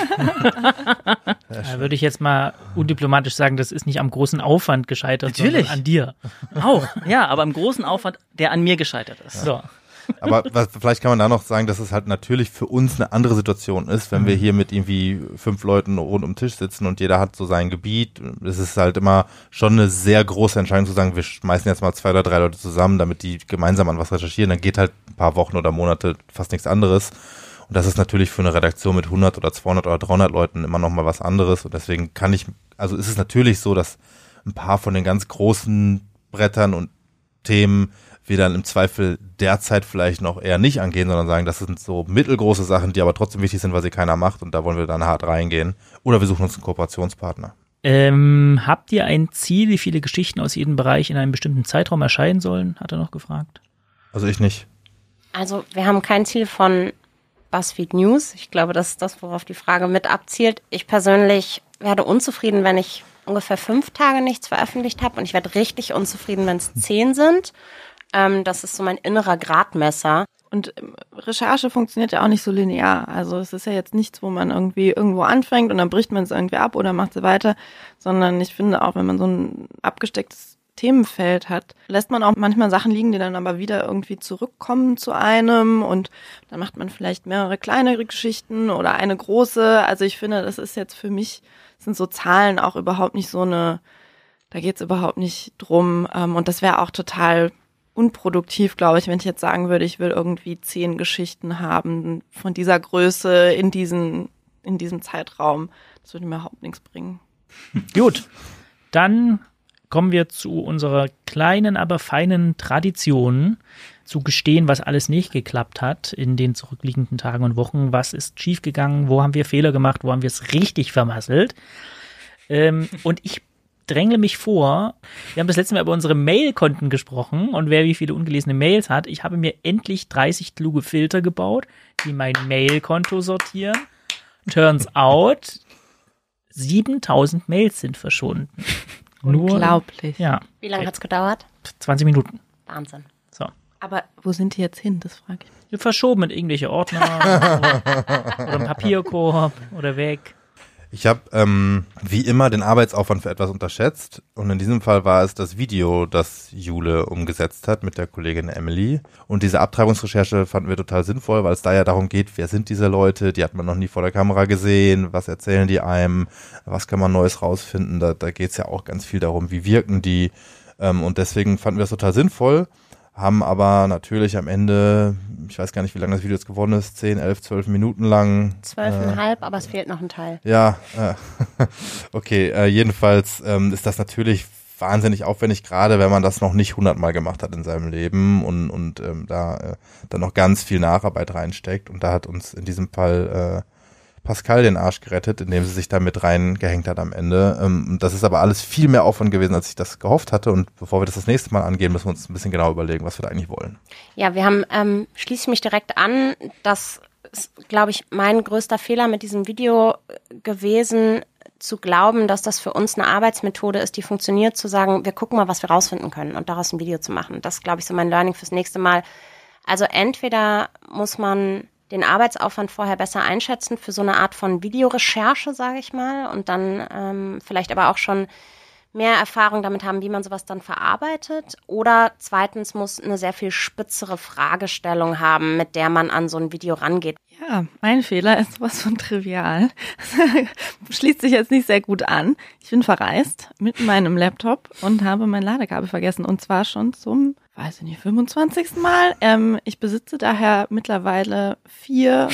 B: Da würde ich jetzt mal undiplomatisch sagen, das ist nicht am großen Aufwand gescheitert,
D: Natürlich.
B: sondern an dir.
D: Auch, ja, aber im großen Aufwand, der an mir gescheitert ist.
B: So.
F: Aber was, vielleicht kann man da noch sagen, dass es halt natürlich für uns eine andere Situation ist, wenn wir hier mit irgendwie fünf Leuten rund um den Tisch sitzen und jeder hat so sein Gebiet. Es ist halt immer schon eine sehr große Entscheidung zu sagen, wir schmeißen jetzt mal zwei oder drei Leute zusammen, damit die gemeinsam an was recherchieren. Dann geht halt ein paar Wochen oder Monate fast nichts anderes. Und das ist natürlich für eine Redaktion mit hundert oder zweihundert oder dreihundert Leuten immer noch mal was anderes. Und deswegen kann ich, also ist es natürlich so, dass ein paar von den ganz großen Brettern und Themen wir dann im Zweifel derzeit vielleicht noch eher nicht angehen, sondern sagen, das sind so mittelgroße Sachen, die aber trotzdem wichtig sind, weil sie keiner macht und da wollen wir dann hart reingehen. Oder wir suchen uns einen Kooperationspartner.
B: Ähm, habt ihr ein Ziel, wie viele Geschichten aus jedem Bereich in einem bestimmten Zeitraum erscheinen sollen? Hat er noch gefragt.
F: Also ich nicht.
C: Also wir haben kein Ziel von BuzzFeed News. Ich glaube, das ist das, worauf die Frage mit abzielt. Ich persönlich werde unzufrieden, wenn ich ungefähr fünf Tage nichts veröffentlicht habe und ich werde richtig unzufrieden, wenn es zehn sind. Ähm, das ist so mein innerer Gradmesser.
E: Und Recherche funktioniert ja auch nicht so linear. Also es ist ja jetzt nichts, wo man irgendwie irgendwo anfängt und dann bricht man es irgendwie ab oder macht es weiter, sondern ich finde auch, wenn man so ein abgestecktes Themenfeld hat, lässt man auch manchmal Sachen liegen, die dann aber wieder irgendwie zurückkommen zu einem und dann macht man vielleicht mehrere kleinere Geschichten oder eine große. Also ich finde, das ist jetzt für mich, sind so Zahlen auch überhaupt nicht so eine, da geht's überhaupt nicht drum und das wäre auch total unproduktiv, glaube ich, wenn ich jetzt sagen würde, ich will irgendwie zehn Geschichten haben von dieser Größe in diesen, in diesem Zeitraum. Das würde mir überhaupt nichts bringen.
B: Gut, dann kommen wir zu unserer kleinen, aber feinen Tradition, zu gestehen, was alles nicht geklappt hat in den zurückliegenden Tagen und Wochen. Was ist schiefgegangen? Wo haben wir Fehler gemacht? Wo haben wir es richtig vermasselt? Ähm, und ich drängle mich vor, wir haben das letzte Mal über unsere Mailkonten gesprochen und wer wie viele ungelesene Mails hat. Ich habe mir endlich dreißig kluge Filter gebaut, die mein Mailkonto sortieren. Turns out, siebentausend Mails sind verschwunden.
E: Unglaublich.
B: Nur, ja.
C: Wie lange hat's gedauert?
B: zwanzig Minuten.
C: Wahnsinn.
B: So.
E: Aber wo sind die jetzt hin? Das frage ich mich.
B: Verschoben in irgendwelche Ordner oder, oder einen Papierkorb oder weg.
F: Ich habe ähm, wie immer den Arbeitsaufwand für etwas unterschätzt und in diesem Fall war es das Video, das Jule umgesetzt hat mit der Kollegin Emily und diese Abtreibungsrecherche fanden wir total sinnvoll, weil es da ja darum geht, wer sind diese Leute, die hat man noch nie vor der Kamera gesehen, was erzählen die einem, was kann man Neues rausfinden, da, da geht es ja auch ganz viel darum, wie wirken die ähm, und deswegen fanden wir es total sinnvoll. Haben aber natürlich am Ende, ich weiß gar nicht, wie lange das Video jetzt geworden ist, zehn, elf, zwölf Minuten lang.
C: Zwölfeinhalb, äh, aber es fehlt noch ein Teil.
F: Ja, äh, okay, äh, jedenfalls ähm, ist das natürlich wahnsinnig aufwendig, gerade wenn man das noch nicht hundertmal gemacht hat in seinem Leben und, und ähm, da äh, dann noch ganz viel Nacharbeit reinsteckt. Und da hat uns in diesem Fall äh, Pascal den Arsch gerettet, indem sie sich da mit reingehängt hat am Ende. Ähm, das ist aber alles viel mehr Aufwand gewesen, als ich das gehofft hatte. Und bevor wir das das nächste Mal angehen, müssen wir uns ein bisschen genau überlegen, was wir da eigentlich wollen.
C: Ja, wir haben, ähm, schließe ich mich direkt an, das ist, glaube ich, mein größter Fehler mit diesem Video gewesen, zu glauben, dass das für uns eine Arbeitsmethode ist, die funktioniert, zu sagen, wir gucken mal, was wir rausfinden können und daraus ein Video zu machen. Das ist, glaube ich, so mein Learning fürs nächste Mal. Also entweder muss man den Arbeitsaufwand vorher besser einschätzen für so eine Art von Videorecherche, sage ich mal, und dann ähm, vielleicht aber auch schon mehr Erfahrung damit haben, wie man sowas dann verarbeitet. Oder zweitens muss eine sehr viel spitzere Fragestellung haben, mit der man an so ein Video rangeht.
E: Ja, mein Fehler ist sowas von trivial. Schließt sich jetzt nicht sehr gut an. Ich bin verreist mit meinem Laptop und habe mein Ladekabel vergessen. Und zwar schon zum, weiß ich nicht, fünfundzwanzigsten Mal. Ähm, ich besitze daher mittlerweile vier,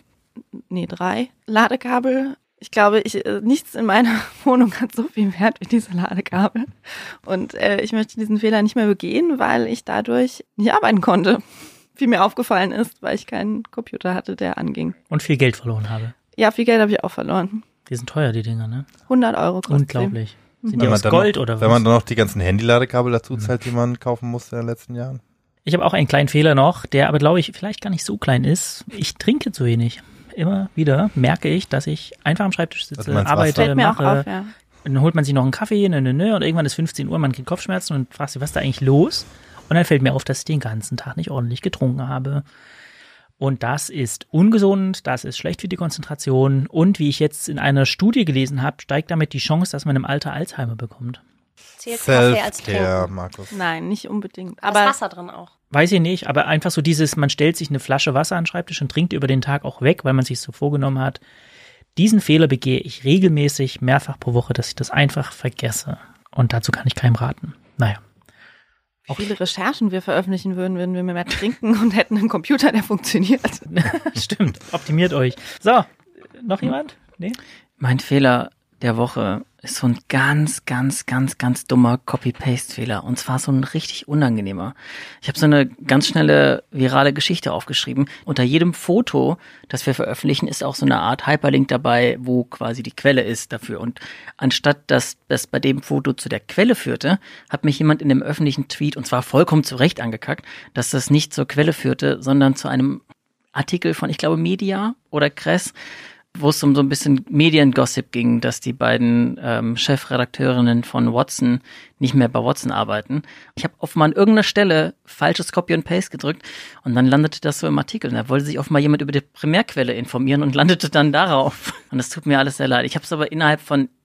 E: nee, drei Ladekabel. Ich glaube, ich, nichts in meiner Wohnung hat so viel Wert wie diese Ladekabel. Und äh, ich möchte diesen Fehler nicht mehr begehen, weil ich dadurch nicht arbeiten konnte. Wie mir aufgefallen ist, weil ich keinen Computer hatte, der anging.
B: Und viel Geld verloren habe.
E: Ja, viel Geld habe ich auch verloren.
B: Die sind teuer, die Dinger, ne?
E: hundert Euro kostet
B: Unglaublich.
E: sie.
B: Sind die aus Gold
F: noch,
B: oder was?
F: Wenn man dann noch die ganzen Handy-Ladekabel dazu zahlt, die man kaufen musste in den letzten Jahren.
B: Ich habe auch einen kleinen Fehler noch, der aber, glaube ich, vielleicht gar nicht so klein ist. Ich trinke zu wenig. Immer wieder merke ich, dass ich einfach am Schreibtisch sitze,
F: also
B: arbeite,
E: Fällt mir
B: mache.
E: auch auf, ja.
B: Und dann holt man sich noch einen Kaffee, ne, ne, ne, und irgendwann ist fünfzehn Uhr, man kriegt Kopfschmerzen und fragt sich, was ist da eigentlich los? Und dann fällt mir auf, dass ich den ganzen Tag nicht ordentlich getrunken habe. Und das ist ungesund, das ist schlecht für die Konzentration. Und wie ich jetzt in einer Studie gelesen habe, steigt damit die Chance, dass man im Alter Alzheimer bekommt.
C: Zählt Kaffee als
F: Self-Care,
C: Trinken.
F: Markus.
E: Nein, nicht unbedingt.
C: Aber
E: Aber
C: ist Wasser drin auch.
B: Weiß ich nicht, aber einfach so dieses, man stellt sich eine Flasche Wasser an den Schreibtisch und trinkt über den Tag auch weg, weil man sich so vorgenommen hat. Diesen Fehler begehe ich regelmäßig, mehrfach pro Woche, dass ich das einfach vergesse. Und dazu kann ich keinem raten. Naja.
E: Auch viele Recherchen wir veröffentlichen würden, würden wir mehr trinken und hätten einen Computer, der funktioniert.
B: Stimmt, optimiert euch. So, noch jemand? Nee?
D: Mein Fehler der Woche ist so ein ganz, ganz, ganz, ganz dummer Copy-Paste-Fehler. Und zwar so ein richtig unangenehmer. Ich habe so eine ganz schnelle virale Geschichte aufgeschrieben. Unter jedem Foto, das wir veröffentlichen, ist auch so eine Art Hyperlink dabei, wo quasi die Quelle ist dafür. Und anstatt dass das bei dem Foto zu der Quelle führte, hat mich jemand in dem öffentlichen Tweet, und zwar vollkommen zu Recht angekackt, dass das nicht zur Quelle führte, sondern zu einem Artikel von, ich glaube, Media oder Kress, wo es um so ein bisschen Mediengossip ging, dass die beiden ähm, Chefredakteurinnen von Watson nicht mehr bei Watson arbeiten. Ich habe offenbar an irgendeiner Stelle falsches Copy and Paste gedrückt und dann landete das so im Artikel. Und da wollte sich offenbar jemand über die Primärquelle informieren und landete dann darauf. Und das tut mir alles sehr leid. Ich habe es aber innerhalb von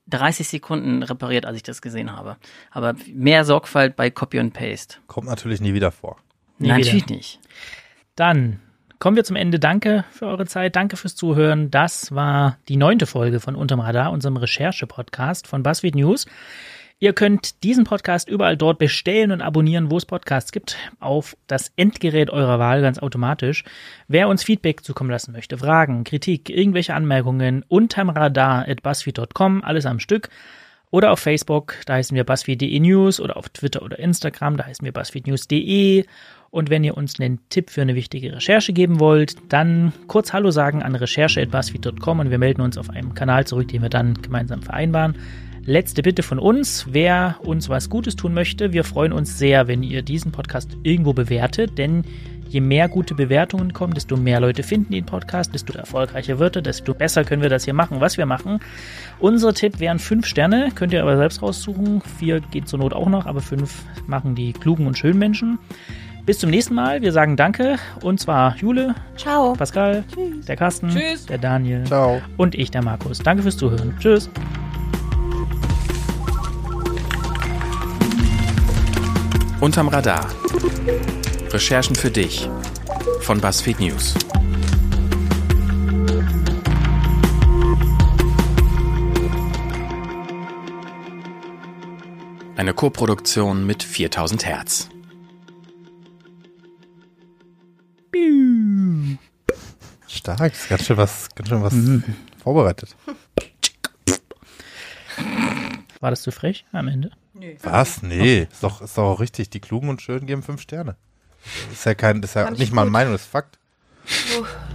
D: dreißig Sekunden repariert, als ich das gesehen habe. Aber mehr Sorgfalt bei Copy und Paste.
F: Kommt natürlich nie wieder vor.
B: Nie
D: Nein,
B: wieder.
D: natürlich nicht.
B: Dann kommen wir zum Ende. Danke für eure Zeit, danke fürs Zuhören. Das war die neunte Folge von Unterm Radar, unserem Recherche-Podcast von BuzzFeed News. Ihr könnt diesen Podcast überall dort bestellen und abonnieren, wo es Podcasts gibt, auf das Endgerät eurer Wahl ganz automatisch. Wer uns Feedback zukommen lassen möchte, Fragen, Kritik, irgendwelche Anmerkungen, unterm Radar at buzzfeed punkt com, alles am Stück. Oder auf Facebook, da heißen wir buzzfeed punkt de News, oder auf Twitter oder Instagram, da heißen wir buzzfeed news punkt de. Und wenn ihr uns einen Tipp für eine wichtige Recherche geben wollt, dann kurz Hallo sagen an recherche at buzzfeed punkt com und wir melden uns auf einem Kanal zurück, den wir dann gemeinsam vereinbaren. Letzte Bitte von uns, wer uns was Gutes tun möchte, wir freuen uns sehr, wenn ihr diesen Podcast irgendwo bewertet, denn je mehr gute Bewertungen kommen, desto mehr Leute finden den Podcast, desto erfolgreicher wird er, desto besser können wir das hier machen, was wir machen. Unser Tipp wären fünf Sterne, könnt ihr aber selbst raussuchen, vier geht zur Not auch noch, aber fünf machen die klugen und schönen Menschen. Bis zum nächsten Mal, wir sagen Danke, und zwar Jule,
C: Ciao.
B: Pascal, Tschüss. Der Carsten,
D: Tschüss.
B: Der Daniel
F: Ciao.
B: und ich, der Markus. Danke fürs Zuhören. Tschüss.
A: Unterm Radar. Recherchen für dich von BuzzFeed News. Eine Koproduktion mit viertausend Hertz.
F: Stark, ist ganz schön was, ganz schön was mhm. vorbereitet.
B: War das zu frech am Ende?
E: Nee.
F: Was? Nee, ist doch, ist doch auch richtig. Die Klugen und Schönen geben fünf Sterne. Ist ja kein, ist ja
E: Fand ich
F: nicht mal
E: gut.
F: Meinung, ist Fakt.
E: Uh.